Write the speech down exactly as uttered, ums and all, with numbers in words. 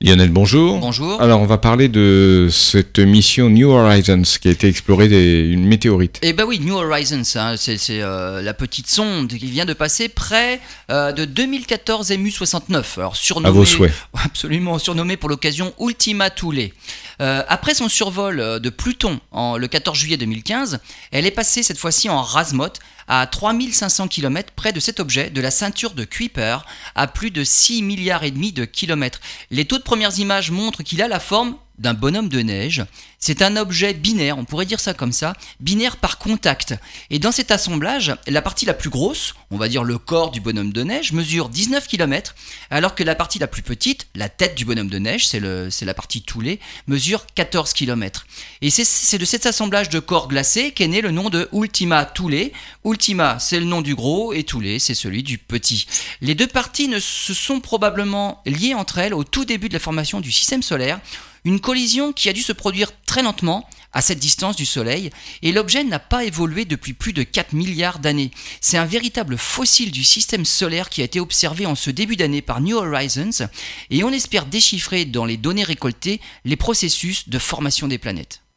Lionel, bonjour. Bonjour. Alors, on va parler de cette mission New Horizons qui a été explorée des, une météorite. Eh ben oui, New Horizons, hein, c'est, c'est euh, la petite sonde qui vient de passer près euh, de deux mille quatorze M U soixante-neuf. Alors, surnommée, à vos souhaits. Absolument, surnommée pour l'occasion Ultima Thule. Euh, après son survol de Pluton en, le quatorze juillet deux mille quinze, elle est passée cette fois-ci en Rasmot à trois mille cinq cents kilomètres près de cet objet de la ceinture de Kuiper à plus de six milliards et demi de kilomètres. Les toutes premières images montrent qu'il a la forme d'un bonhomme de neige. C'est un objet binaire, on pourrait dire ça comme ça, binaire par contact. Et dans cet assemblage, la partie la plus grosse, on va dire le corps du bonhomme de neige, mesure dix-neuf kilomètres, alors que la partie la plus petite, la tête du bonhomme de neige, c'est, le, c'est la partie Thule, mesure quatorze kilomètres. Et c'est, c'est de cet assemblage de corps glacés qu'est né le nom de Ultima Thule. Ultima, c'est le nom du gros, et Thule, c'est celui du petit. Les deux parties ne se sont probablement liées entre elles au tout début de la formation du système solaire, une collision qui a dû se produire très lentement à cette distance du Soleil, et l'objet n'a pas évolué depuis plus de quatre milliards d'années. C'est un véritable fossile du système solaire qui a été observé en ce début d'année par New Horizons, et on espère déchiffrer dans les données récoltées les processus de formation des planètes.